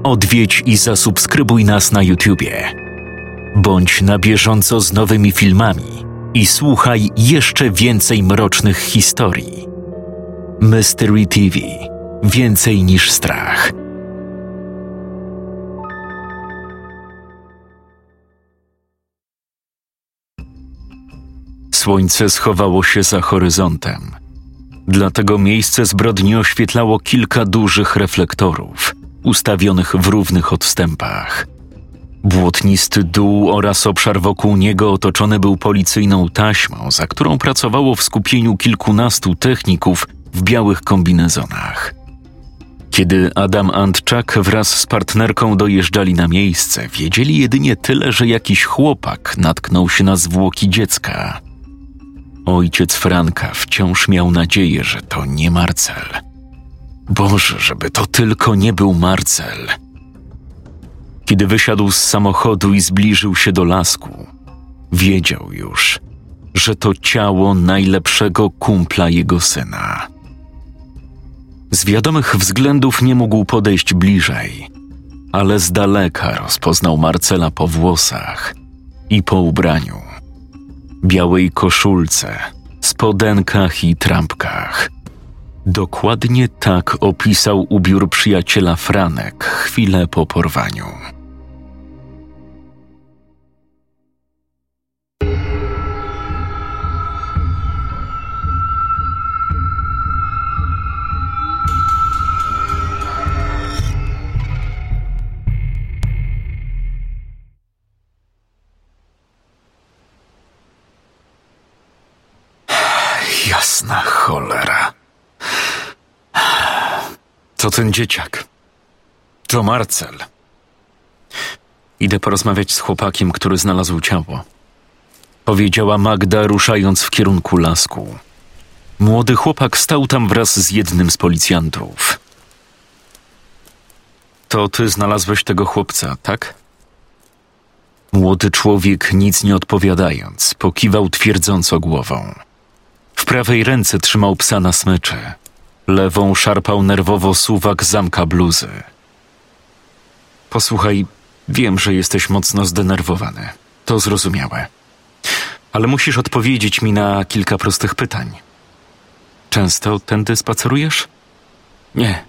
Odwiedź i zasubskrybuj nas na YouTubie. Bądź na bieżąco z nowymi filmami i słuchaj jeszcze więcej mrocznych historii. Mystery TV. Więcej niż strach. Słońce schowało się za horyzontem. Dlatego miejsce zbrodni oświetlało kilka dużych reflektorów, ustawionych w równych odstępach. Błotnisty dół oraz obszar wokół niego otoczony był policyjną taśmą, za którą pracowało w skupieniu kilkunastu techników w białych kombinezonach. Kiedy Adam Antczak wraz z partnerką dojeżdżali na miejsce, wiedzieli jedynie tyle, że jakiś chłopak natknął się na zwłoki dziecka. Ojciec Franka wciąż miał nadzieję, że to nie Marcel. Boże, żeby to tylko nie był Marcel. Kiedy wysiadł z samochodu i zbliżył się do lasku, wiedział już, że to ciało najlepszego kumpla jego syna. Z wiadomych względów nie mógł podejść bliżej, ale z daleka rozpoznał Marcela po włosach i po ubraniu. Białej koszulce, spodenkach i trampkach. Dokładnie tak opisał ubiór przyjaciela Franek chwilę po porwaniu. Jasna cholera. To ten dzieciak. To Marcel. Idę porozmawiać z chłopakiem, który znalazł ciało. Powiedziała Magda, ruszając w kierunku lasku. Młody chłopak stał tam wraz z jednym z policjantów. To ty znalazłeś tego chłopca, tak? Młody człowiek, nic nie odpowiadając, pokiwał twierdząco głową. W prawej ręce trzymał psa na smyczy. Lewą szarpał nerwowo suwak zamka bluzy. Posłuchaj, wiem, że jesteś mocno zdenerwowany. To zrozumiałe. Ale musisz odpowiedzieć mi na kilka prostych pytań. Często tędy spacerujesz? Nie.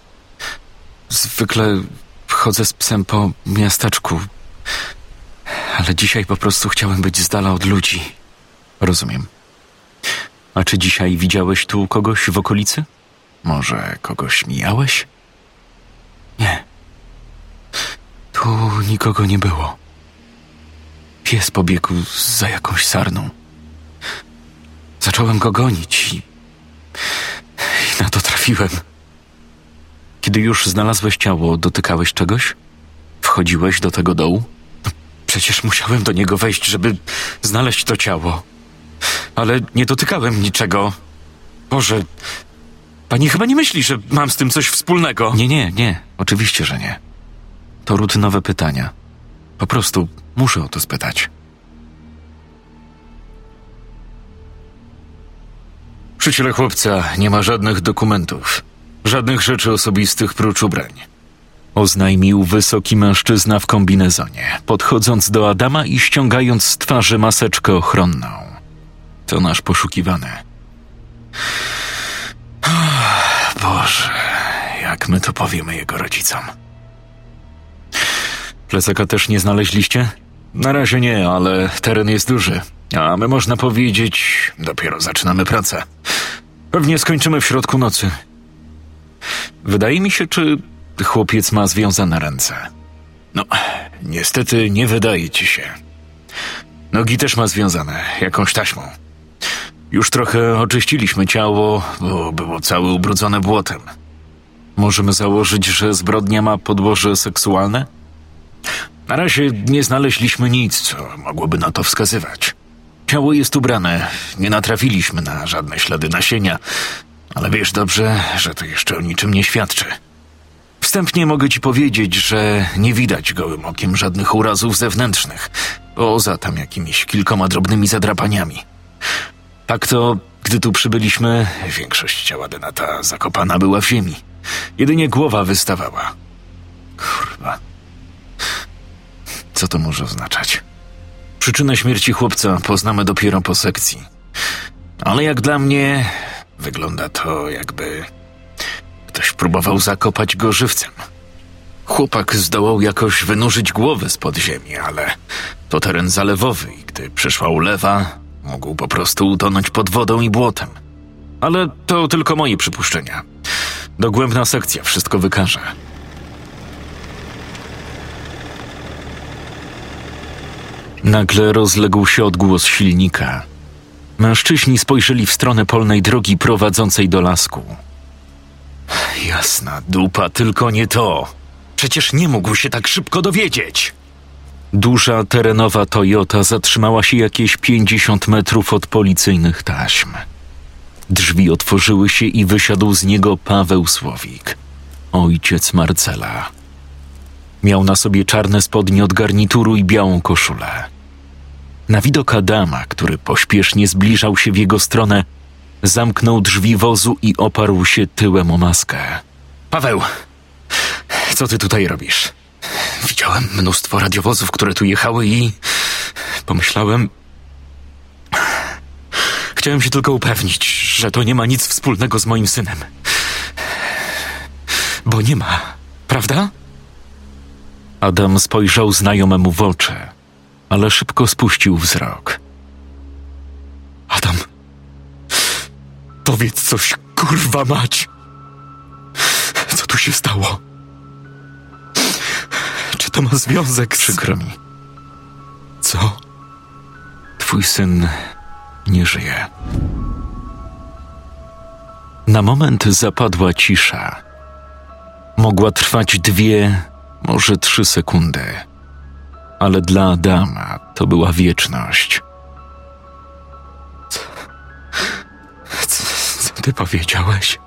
Zwykle chodzę z psem po miasteczku. Ale dzisiaj po prostu chciałem być z dala od ludzi. Rozumiem. A czy dzisiaj widziałeś tu kogoś w okolicy? Może kogoś mijałeś? Nie. Tu nikogo nie było. Pies pobiegł za jakąś sarną. Zacząłem go gonić i na to trafiłem. Kiedy już znalazłeś ciało, dotykałeś czegoś? Wchodziłeś do tego dołu? No, przecież musiałem do niego wejść, żeby znaleźć to ciało. Ale nie dotykałem niczego. Boże, pani chyba nie myśli, że mam z tym coś wspólnego? Nie. Oczywiście, że nie. To rutynowe pytania. Po prostu muszę o to spytać. Przy ciele chłopca nie ma żadnych dokumentów. Żadnych rzeczy osobistych prócz ubrań. Oznajmił wysoki mężczyzna w kombinezonie, podchodząc do Adama i ściągając z twarzy maseczkę ochronną. To nasz poszukiwany. Boże, jak my to powiemy jego rodzicom? Plecaka też nie znaleźliście? Na razie nie, ale teren jest duży. A my, można powiedzieć, dopiero zaczynamy pracę. Pewnie skończymy w środku nocy. Wydaje mi się, czy chłopiec ma związane ręce. No, niestety nie wydaje ci się. Nogi też ma związane, jakąś taśmą. Już trochę oczyściliśmy ciało, bo było całe ubrudzone błotem. Możemy założyć, że zbrodnia ma podłoże seksualne? Na razie nie znaleźliśmy nic, co mogłoby na to wskazywać. Ciało jest ubrane, nie natrafiliśmy na żadne ślady nasienia, ale wiesz dobrze, że to jeszcze o niczym nie świadczy. Wstępnie mogę ci powiedzieć, że nie widać gołym okiem żadnych urazów zewnętrznych, poza tam jakimiś kilkoma drobnymi zadrapaniami. Tak to, gdy tu przybyliśmy, większość ciała Denata zakopana była w ziemi. Jedynie głowa wystawała. co to może oznaczać. Przyczynę śmierci chłopca poznamy dopiero po sekcji. Ale jak dla mnie wygląda to, jakby ktoś próbował zakopać go żywcem. Chłopak zdołał jakoś wynurzyć głowę spod ziemi, ale to teren zalewowy i gdy przyszła ulewa, mógł po prostu utonąć pod wodą i błotem. Ale to tylko moje przypuszczenia. Dogłębna sekcja wszystko wykaże. Nagle rozległ się odgłos silnika. Mężczyźni spojrzeli w stronę polnej drogi prowadzącej do lasku. Jasna dupa, tylko nie to. Przecież nie mógł się tak szybko dowiedzieć. Duża terenowa Toyota zatrzymała się jakieś 50 metrów od policyjnych taśm. Drzwi otworzyły się i wysiadł z niego Paweł Słowik, ojciec Marcela. Miał na sobie czarne spodnie od garnituru i białą koszulę. Na widok Adama, który pośpiesznie zbliżał się w jego stronę, zamknął drzwi wozu i oparł się tyłem o maskę. Paweł, co ty tutaj robisz? Widziałem mnóstwo radiowozów, które tu jechały i pomyślałem... Chciałem się tylko upewnić, że to nie ma nic wspólnego z moim synem. Bo nie ma, prawda? Adam spojrzał znajomemu w oczy, ale szybko spuścił wzrok. Adam, powiedz coś, kurwa mać! Co tu się stało? Czy to ma związek z... Przykro mi. Co? Twój syn nie żyje. Na moment zapadła cisza. Mogła trwać 2, może 3 sekundy. Ale dla Adama to była wieczność. Co ty powiedziałeś?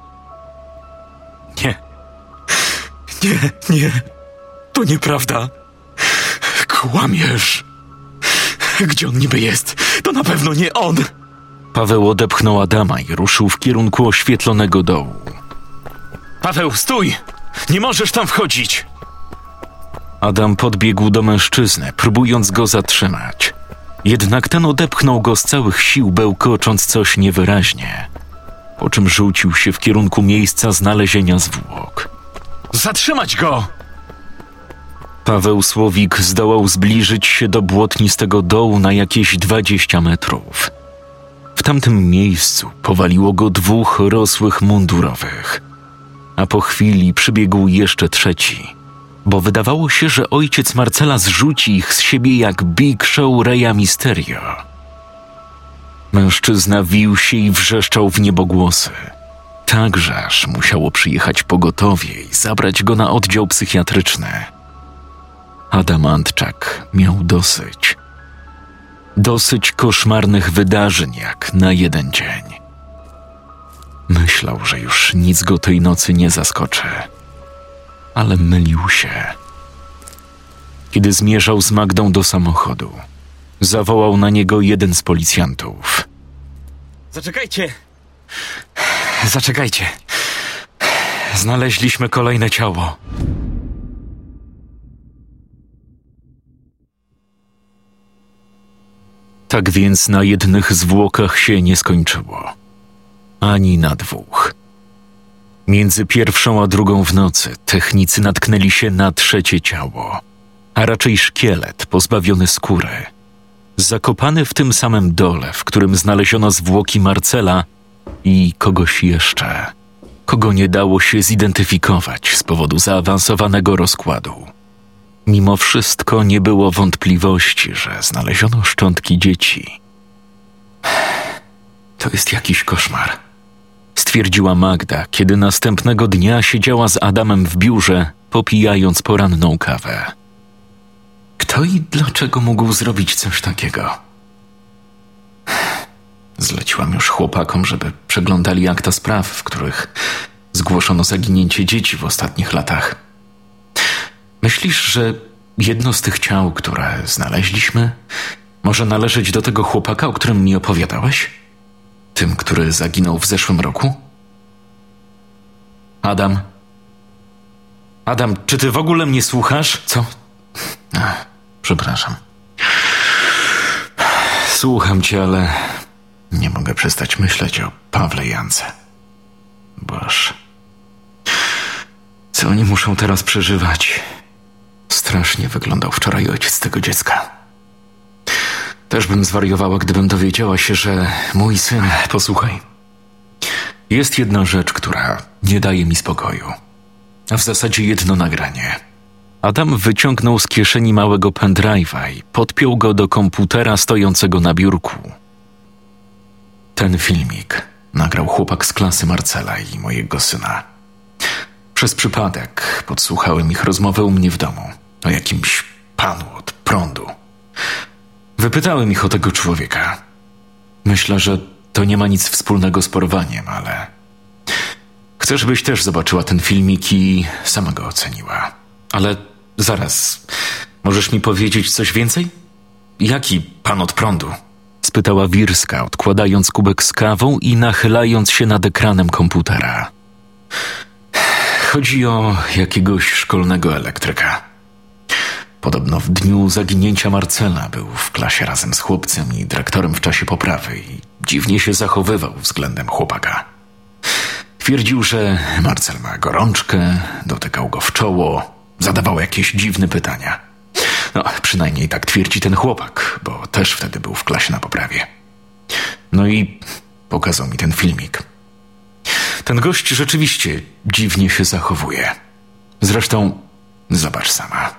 Nie. To nieprawda. Kłamiesz. Gdzie on niby jest? To na pewno nie on. Paweł odepchnął Adama i ruszył w kierunku oświetlonego dołu. Paweł, stój! Nie możesz tam wchodzić! Adam podbiegł do mężczyzny, próbując go zatrzymać. Jednak ten odepchnął go z całych sił, bełkocząc coś niewyraźnie, po czym rzucił się w kierunku miejsca znalezienia zwłok. Zatrzymać go! Paweł Słowik zdołał zbliżyć się do błotnistego dołu na jakieś 20 metrów. W tamtym miejscu powaliło go 2 rosłych mundurowych, a po chwili przybiegł jeszcze 3, bo wydawało się, że ojciec Marcela zrzuci ich z siebie jak Big Show Reya Mysterio. Mężczyzna wił się i wrzeszczał w niebogłosy, tak że aż musiało przyjechać pogotowie i zabrać go na oddział psychiatryczny. Adam Antczak miał dosyć. Dosyć koszmarnych wydarzeń jak na jeden dzień. Myślał, że już nic go tej nocy nie zaskoczy. Ale mylił się. Kiedy zmierzał z Magdą do samochodu, zawołał na niego jeden z policjantów. Zaczekajcie. Znaleźliśmy kolejne ciało. Tak więc na jednych zwłokach się nie skończyło. Ani na 2. Między 1 a 2 w nocy technicy natknęli się na 3 ciało, a raczej szkielet pozbawiony skóry, zakopany w tym samym dole, w którym znaleziono zwłoki Marcela i kogoś jeszcze, kogo nie dało się zidentyfikować z powodu zaawansowanego rozkładu. Mimo wszystko nie było wątpliwości, że znaleziono szczątki dzieci. To jest jakiś koszmar, stwierdziła Magda, kiedy następnego dnia siedziała z Adamem w biurze, popijając poranną kawę. Kto i dlaczego mógł zrobić coś takiego? Zleciłam już chłopakom, żeby przeglądali akta spraw, w których zgłoszono zaginięcie dzieci w ostatnich latach. Myślisz, że jedno z tych ciał, które znaleźliśmy, może należeć do tego chłopaka, o którym mi opowiadałeś? Tym, który zaginął w zeszłym roku? Adam, czy ty w ogóle mnie słuchasz? Co? Przepraszam. Słucham cię, ale nie mogę przestać myśleć o Pawle i Jance. Boże. Co oni muszą teraz przeżywać? Strasznie wyglądał wczoraj ojciec tego dziecka. Też bym zwariowała, gdybym dowiedziała się, że mój syn... Posłuchaj. Jest jedna rzecz, która nie daje mi spokoju. A w zasadzie jedno nagranie. Adam wyciągnął z kieszeni małego pendrive'a i podpiął go do komputera stojącego na biurku. Ten filmik nagrał chłopak z klasy Marcela i mojego syna. Przez przypadek podsłuchałem ich rozmowę u mnie w domu o jakimś panu od prądu. Wypytałem ich o tego człowieka. Myślę, że to nie ma nic wspólnego z porwaniem, ale chcę, żebyś też zobaczyła ten filmik i sama go oceniła. Ale zaraz, możesz mi powiedzieć coś więcej? Jaki pan od prądu? Spytała Wirska, odkładając kubek z kawą i nachylając się nad ekranem komputera. Chodzi o jakiegoś szkolnego elektryka. Podobno w dniu zaginięcia Marcela był w klasie razem z chłopcem i dyrektorem w czasie poprawy i dziwnie się zachowywał względem chłopaka. Twierdził, że Marcel ma gorączkę, dotykał go w czoło, zadawał jakieś dziwne pytania. No, przynajmniej tak twierdzi ten chłopak, bo też wtedy był w klasie na poprawie. No i pokazał mi ten filmik. Ten gość rzeczywiście dziwnie się zachowuje. Zresztą zobacz sama.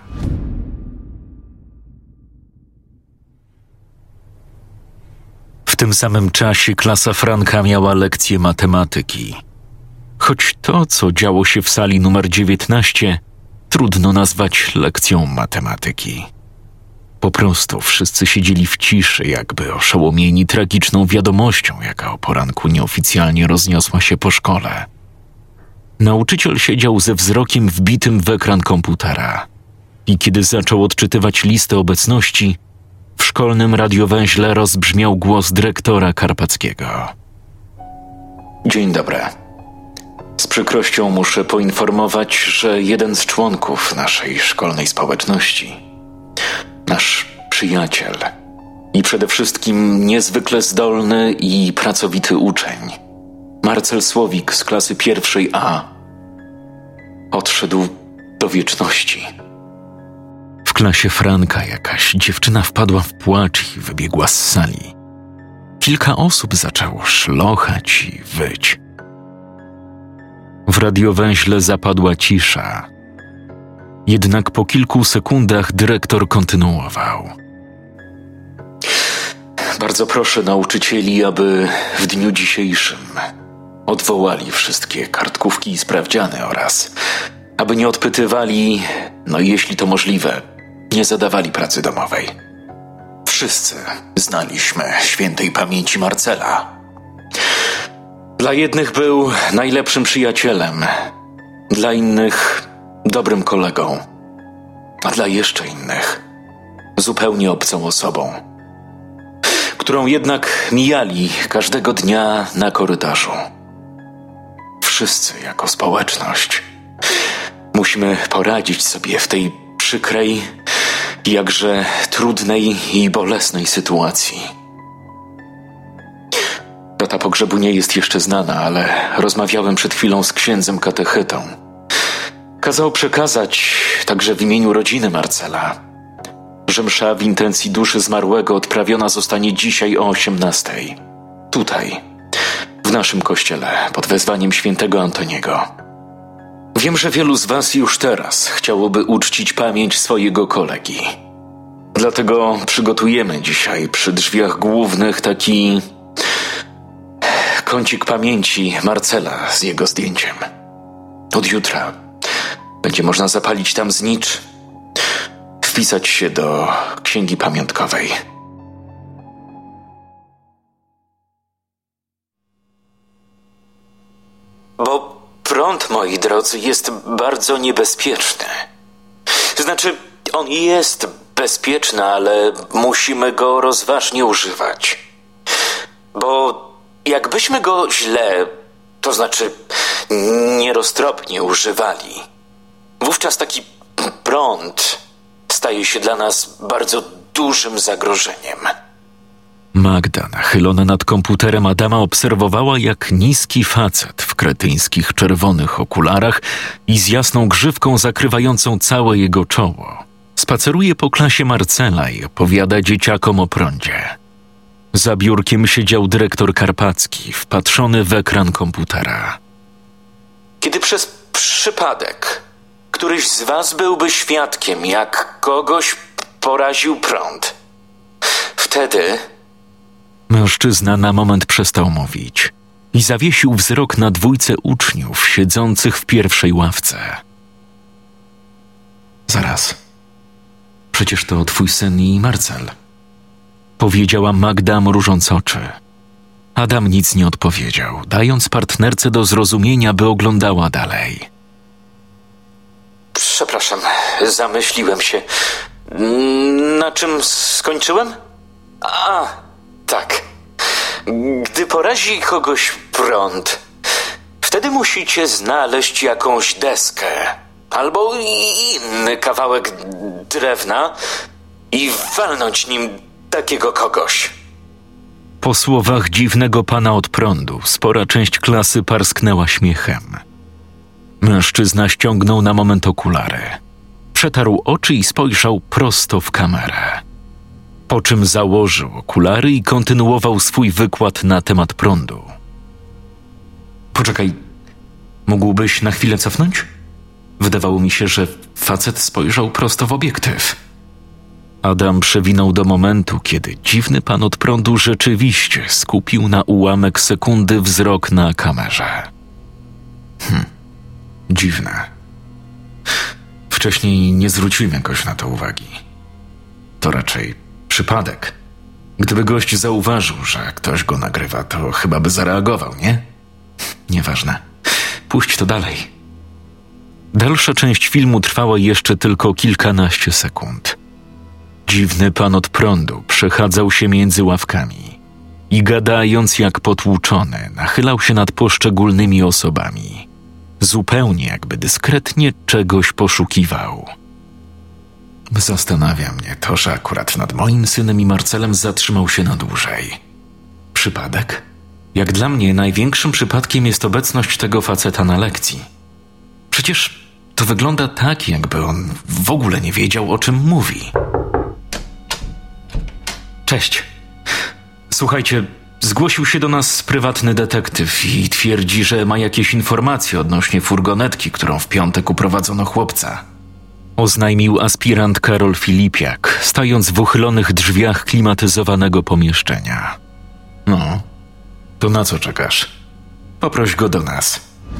W tym samym czasie klasa Franka miała lekcję matematyki. Choć to, co działo się w sali numer 19, trudno nazwać lekcją matematyki. Po prostu wszyscy siedzieli w ciszy, jakby oszołomieni tragiczną wiadomością, jaka o poranku nieoficjalnie rozniosła się po szkole. Nauczyciel siedział ze wzrokiem wbitym w ekran komputera i kiedy zaczął odczytywać listę obecności, w szkolnym radiowęźle rozbrzmiał głos dyrektora Karpackiego. Dzień dobry. Z przykrością muszę poinformować, że jeden z członków naszej szkolnej społeczności, nasz przyjaciel i przede wszystkim niezwykle zdolny i pracowity uczeń, Marcel Słowik z klasy 1A, odszedł do wieczności. W klasie Franka jakaś dziewczyna wpadła w płacz i wybiegła z sali. Kilka osób zaczęło szlochać i wyć. W radiowęźle zapadła cisza. Jednak po kilku sekundach dyrektor kontynuował. Bardzo proszę nauczycieli, aby w dniu dzisiejszym odwołali wszystkie kartkówki i sprawdziany oraz aby nie odpytywali, no jeśli to możliwe, nie zadawali pracy domowej. Wszyscy znaliśmy świętej pamięci Marcela. Dla jednych był najlepszym przyjacielem, dla innych dobrym kolegą, a dla jeszcze innych zupełnie obcą osobą, którą jednak mijali każdego dnia na korytarzu. Wszyscy jako społeczność musimy poradzić sobie w tej przykrej, jakże trudnej i bolesnej sytuacji. Data pogrzebu nie jest jeszcze znana, ale rozmawiałem przed chwilą z księdzem katechetą. Kazał przekazać, także w imieniu rodziny Marcela, że msza w intencji duszy zmarłego odprawiona zostanie dzisiaj o 18:00. Tutaj, w naszym kościele, pod wezwaniem świętego Antoniego. Wiem, że wielu z was już teraz chciałoby uczcić pamięć swojego kolegi. Dlatego przygotujemy dzisiaj przy drzwiach głównych taki kącik pamięci Marcela z jego zdjęciem. Od jutra będzie można zapalić tam znicz, wpisać się do księgi pamiątkowej. Bo prąd, moi drodzy, jest bardzo niebezpieczny. Znaczy, on jest bezpieczny, ale musimy go rozważnie używać. Bo jakbyśmy go źle, to znaczy nieroztropnie używali, wówczas taki prąd z staje się dla nas bardzo dużym zagrożeniem. Magda, nachylona nad komputerem Adama, obserwowała, jak niski facet w kretyńskich czerwonych okularach i z jasną grzywką zakrywającą całe jego czoło spaceruje po klasie Marcela i opowiada dzieciakom o prądzie. Za biurkiem siedział dyrektor Karpacki, wpatrzony w ekran komputera. Kiedy przez przypadek któryś z was byłby świadkiem, jak kogoś poraził prąd, wtedy... Mężczyzna na moment przestał mówić i zawiesił wzrok na dwójce uczniów siedzących w pierwszej ławce. Zaraz. Przecież to twój syn i Marcel. Powiedziała Magda, mrużąc oczy. Adam nic nie odpowiedział, dając partnerce do zrozumienia, by oglądała dalej. Przepraszam, zamyśliłem się. Na czym skończyłem? Tak. Gdy porazi kogoś prąd, wtedy musicie znaleźć jakąś deskę albo inny kawałek drewna i walnąć nim takiego kogoś. Po słowach dziwnego pana od prądu spora część klasy parsknęła śmiechem. Mężczyzna ściągnął na moment okulary. Przetarł oczy i spojrzał prosto w kamerę. Po czym założył okulary i kontynuował swój wykład na temat prądu. Poczekaj, mógłbyś na chwilę cofnąć? Wydawało mi się, że facet spojrzał prosto w obiektyw. Adam przewinął do momentu, kiedy dziwny pan od prądu rzeczywiście skupił na ułamek sekundy wzrok na kamerze. Dziwne. Wcześniej nie zwróciłem jakoś na to uwagi. To raczej przypadek. Gdyby gość zauważył, że ktoś go nagrywa, to chyba by zareagował, nie? Nieważne. Puść to dalej. Dalsza część filmu trwała jeszcze tylko kilkanaście sekund. Dziwny pan od prądu przechadzał się między ławkami i gadając jak potłuczony, nachylał się nad poszczególnymi osobami. Zupełnie jakby dyskretnie czegoś poszukiwał. Zastanawia mnie to, że akurat nad moim synem i Marcelem zatrzymał się na dłużej. Przypadek? Jak dla mnie największym przypadkiem jest obecność tego faceta na lekcji. Przecież to wygląda tak, jakby on w ogóle nie wiedział, o czym mówi. Cześć. Słuchajcie, zgłosił się do nas prywatny detektyw i twierdzi, że ma jakieś informacje odnośnie furgonetki, którą w piątek uprowadzono chłopca. Oznajmił aspirant Karol Filipiak, stając w uchylonych drzwiach klimatyzowanego pomieszczenia. No, to na co czekasz? Poproś go do nas.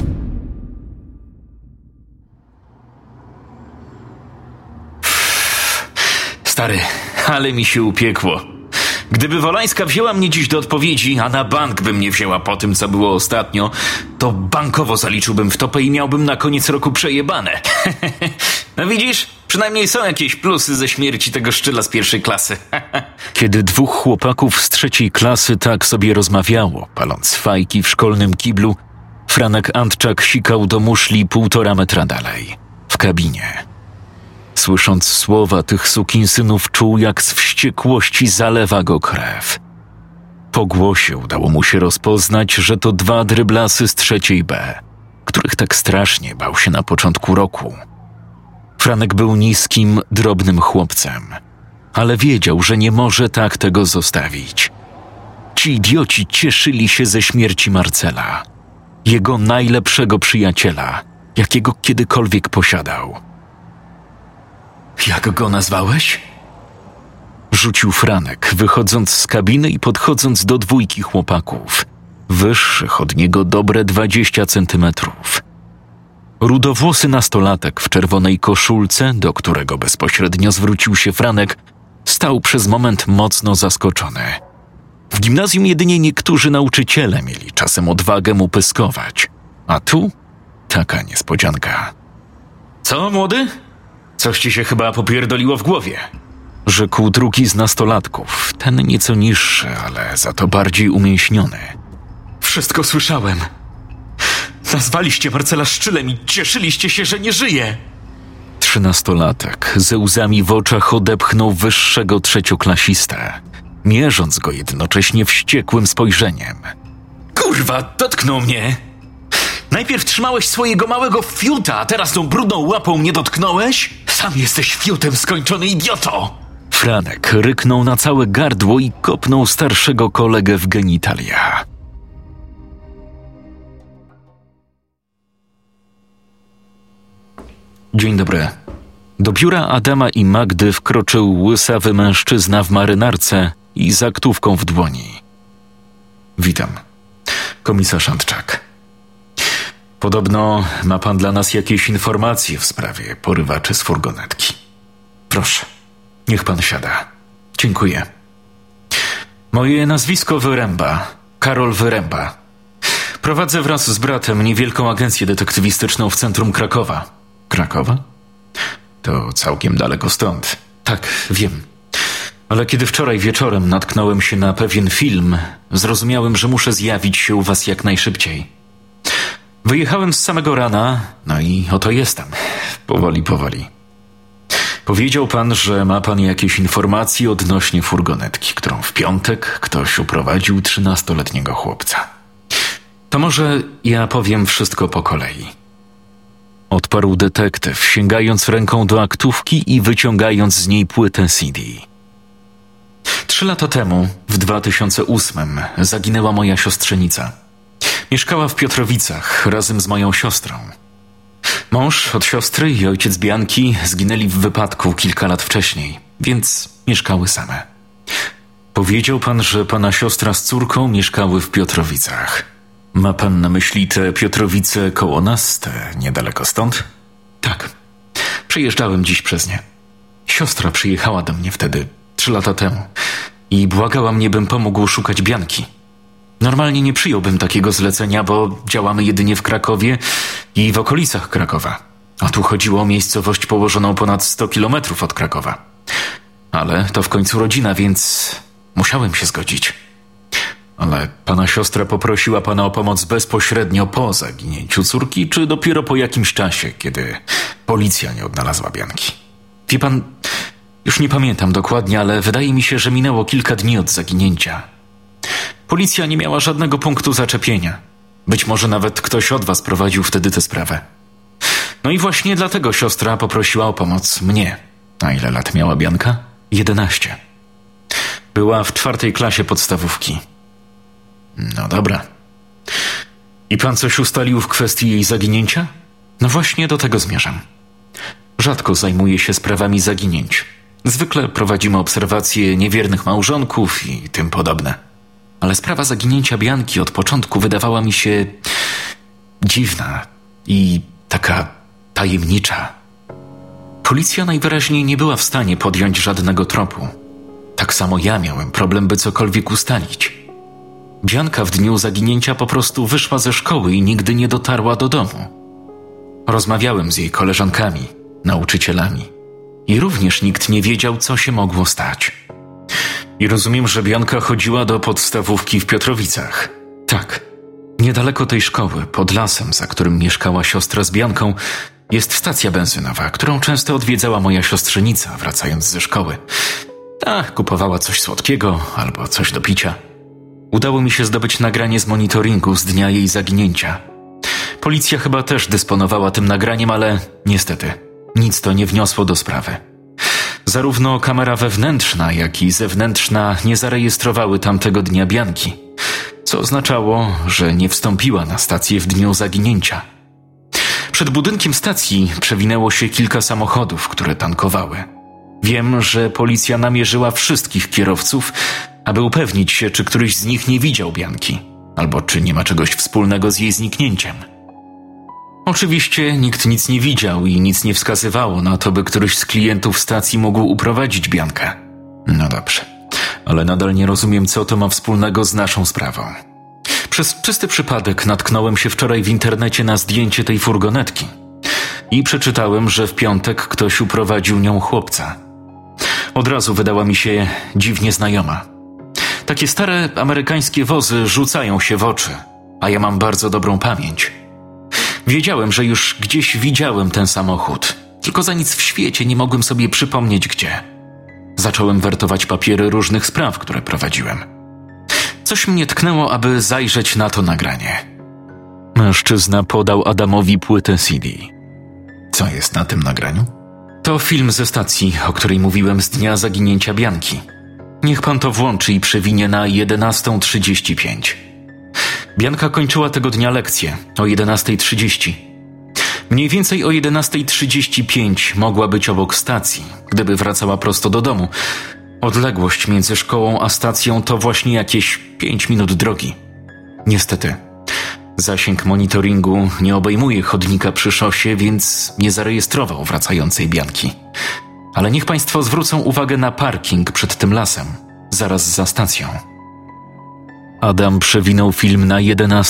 Stary, ale mi się upiekło. Gdyby Wolańska wzięła mnie dziś do odpowiedzi, a na bank by mnie wzięła po tym, co było ostatnio, to bankowo zaliczyłbym w topę i miałbym na koniec roku przejebane. No widzisz? Przynajmniej są jakieś plusy ze śmierci tego szczyla z pierwszej klasy. Kiedy dwóch chłopaków z trzeciej klasy tak sobie rozmawiało, paląc fajki w szkolnym kiblu, Franek Antczak sikał do muszli 1,5 metra dalej, w kabinie. Słysząc słowa tych sukinsynów, czuł, jak z wściekłości zalewa go krew. Po głosie udało mu się rozpoznać, że to 2 dryblasy z trzeciej B, których tak strasznie bał się na początku roku. Franek był niskim, drobnym chłopcem, ale wiedział, że nie może tak tego zostawić. Ci idioci cieszyli się ze śmierci Marcela, jego najlepszego przyjaciela, jakiego kiedykolwiek posiadał. Jak go nazwałeś? Rzucił Franek, wychodząc z kabiny i podchodząc do 2 chłopaków, wyższych od niego dobre 20 centymetrów. Rudowłosy nastolatek w czerwonej koszulce, do którego bezpośrednio zwrócił się Franek, stał przez moment mocno zaskoczony. W gimnazjum jedynie niektórzy nauczyciele mieli czasem odwagę mu pyskować, a tu taka niespodzianka. Co, młody? Coś ci się chyba popierdoliło w głowie, rzekł drugi z nastolatków, ten nieco niższy, ale za to bardziej umięśniony. Wszystko słyszałem. Nazwaliście Marcela szczylem i cieszyliście się, że nie żyje. 13-latek ze łzami w oczach odepchnął wyższego trzecioklasistę, mierząc go jednocześnie wściekłym spojrzeniem. Kurwa, dotknął mnie! Najpierw trzymałeś swojego małego fiuta, a teraz tą brudną łapą mnie dotknąłeś? Sam jesteś fiutem, skończony idioto! Franek ryknął na całe gardło i kopnął starszego kolegę w genitalia. Dzień dobry. Do biura Adama i Magdy wkroczył łysawy mężczyzna w marynarce i z aktówką w dłoni. Witam. Komisarz Antczak. Podobno ma pan dla nas jakieś informacje w sprawie porywaczy z furgonetki. Proszę, niech pan siada. Dziękuję. Moje nazwisko Wyręba, Karol Wyręba. Prowadzę wraz z bratem niewielką agencję detektywistyczną w centrum Krakowa. Krakowa? To całkiem daleko stąd. Tak, wiem. Ale kiedy wczoraj wieczorem natknąłem się na pewien film, zrozumiałem, że muszę zjawić się u was jak najszybciej. Wyjechałem z samego rana, no i oto jestem. Powoli. Powiedział pan, że ma pan jakieś informacje odnośnie furgonetki, którą w piątek ktoś uprowadził 13-letniego chłopca. To może ja powiem wszystko po kolei. Odparł detektyw, sięgając ręką do aktówki i wyciągając z niej płytę CD. 3 lata temu, w 2008, zaginęła moja siostrzenica. Mieszkała w Piotrowicach razem z moją siostrą. Mąż od siostry i ojciec Bianki zginęli w wypadku kilka lat wcześniej, więc mieszkały same. Powiedział pan, że pana siostra z córką mieszkały w Piotrowicach. Ma pan na myśli te Piotrowice koło nas, te niedaleko stąd? Tak. Przejeżdżałem dziś przez nie. Siostra przyjechała do mnie wtedy, 3 lata temu i błagała mnie, bym pomógł szukać Bianki. Normalnie nie przyjąłbym takiego zlecenia, bo działamy jedynie w Krakowie i w okolicach Krakowa. A tu chodziło o miejscowość położoną ponad 100 kilometrów od Krakowa. Ale to w końcu rodzina, więc musiałem się zgodzić. Ale pana siostra poprosiła pana o pomoc bezpośrednio po zaginięciu córki, czy dopiero po jakimś czasie, kiedy policja nie odnalazła Bianki? Wie pan, już nie pamiętam dokładnie, ale wydaje mi się, że minęło kilka dni od zaginięcia. Policja nie miała żadnego punktu zaczepienia. Być może nawet ktoś od was prowadził wtedy tę sprawę. No i właśnie dlatego siostra poprosiła o pomoc mnie. A ile lat miała Bianka? 11. Była w 4. klasie podstawówki. No dobra. I pan coś ustalił w kwestii jej zaginięcia? No właśnie do tego zmierzam. Rzadko zajmuję się sprawami zaginięć. Zwykle prowadzimy obserwacje niewiernych małżonków i tym podobne. Ale sprawa zaginięcia Bianki od początku wydawała mi się dziwna i taka tajemnicza. Policja najwyraźniej nie była w stanie podjąć żadnego tropu. Tak samo ja miałem problem, by cokolwiek ustalić. Bianka w dniu zaginięcia po prostu wyszła ze szkoły i nigdy nie dotarła do domu. Rozmawiałem z jej koleżankami, nauczycielami i również nikt nie wiedział, co się mogło stać. I rozumiem, że Bianka chodziła do podstawówki w Piotrowicach. Tak. Niedaleko tej szkoły, pod lasem, za którym mieszkała siostra z Bianką, jest stacja benzynowa, którą często odwiedzała moja siostrzenica, wracając ze szkoły. Kupowała coś słodkiego albo coś do picia. Udało mi się zdobyć nagranie z monitoringu z dnia jej zaginięcia. Policja chyba też dysponowała tym nagraniem, ale niestety nic to nie wniosło do sprawy. Zarówno kamera wewnętrzna, jak i zewnętrzna nie zarejestrowały tamtego dnia Bianki, co oznaczało, że nie wstąpiła na stację w dniu zaginięcia. Przed budynkiem stacji przewinęło się kilka samochodów, które tankowały. Wiem, że policja namierzyła wszystkich kierowców, aby upewnić się, czy któryś z nich nie widział Bianki, albo czy nie ma czegoś wspólnego z jej zniknięciem. Oczywiście nikt nic nie widział i nic nie wskazywało na to, by któryś z klientów stacji mógł uprowadzić Biankę. No dobrze, ale nadal nie rozumiem, co to ma wspólnego z naszą sprawą. Przez czysty przypadek natknąłem się wczoraj w internecie na zdjęcie tej furgonetki i przeczytałem, że w piątek ktoś uprowadził nią chłopca. Od razu wydała mi się dziwnie znajoma. Takie stare amerykańskie wozy rzucają się w oczy, a ja mam bardzo dobrą pamięć. Wiedziałem, że już gdzieś widziałem ten samochód tylko za nic w świecie nie mogłem sobie przypomnieć gdzie. Zacząłem wertować papiery różnych spraw, które prowadziłem. Coś mnie tknęło, aby zajrzeć na to nagranie. Mężczyzna podał Adamowi płytę CD. Co jest na tym nagraniu? To film ze stacji, o której mówiłem z dnia zaginięcia Bianki. Niech pan to włączy i przewinie na 11:35. Bianka kończyła tego dnia lekcję o 11:30. Mniej więcej o 11:35 mogła być obok stacji, gdyby wracała prosto do domu. Odległość między szkołą a stacją to właśnie jakieś 5 minut drogi. Niestety, zasięg monitoringu nie obejmuje chodnika przy szosie, więc nie zarejestrował wracającej Bianki. Ale niech państwo zwrócą uwagę na parking przed tym lasem, zaraz za stacją. Adam przewinął film na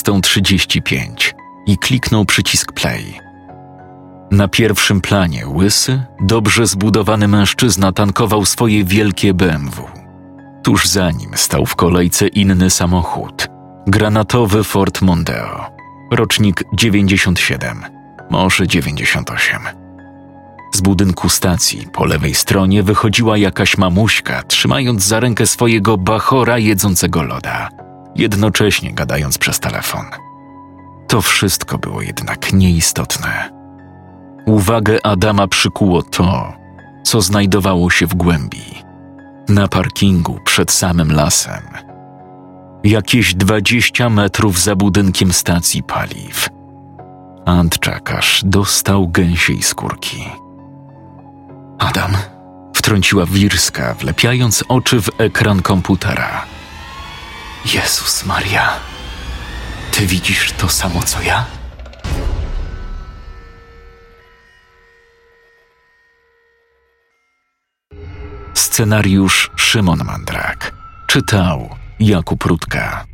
11:35 i kliknął przycisk play. Na pierwszym planie łysy, dobrze zbudowany mężczyzna tankował swoje wielkie BMW. Tuż za nim stał w kolejce inny samochód. Granatowy Ford Mondeo. Rocznik 97, może 98. Z budynku stacji po lewej stronie wychodziła jakaś mamuśka, trzymając za rękę swojego bachora jedzącego loda, jednocześnie gadając przez telefon. To wszystko było jednak nieistotne. Uwagę Adama przykuło to, co znajdowało się w głębi. Na parkingu przed samym lasem. Jakieś 20 metrów za budynkiem stacji paliw. Andczakarz dostał gęsiej skórki. Adam, wtrąciła Wirska, wlepiając oczy w ekran komputera. Jezus Maria, ty widzisz to samo co ja? Scenariusz Szymon Mandrak. Czytał Jakub Rutka.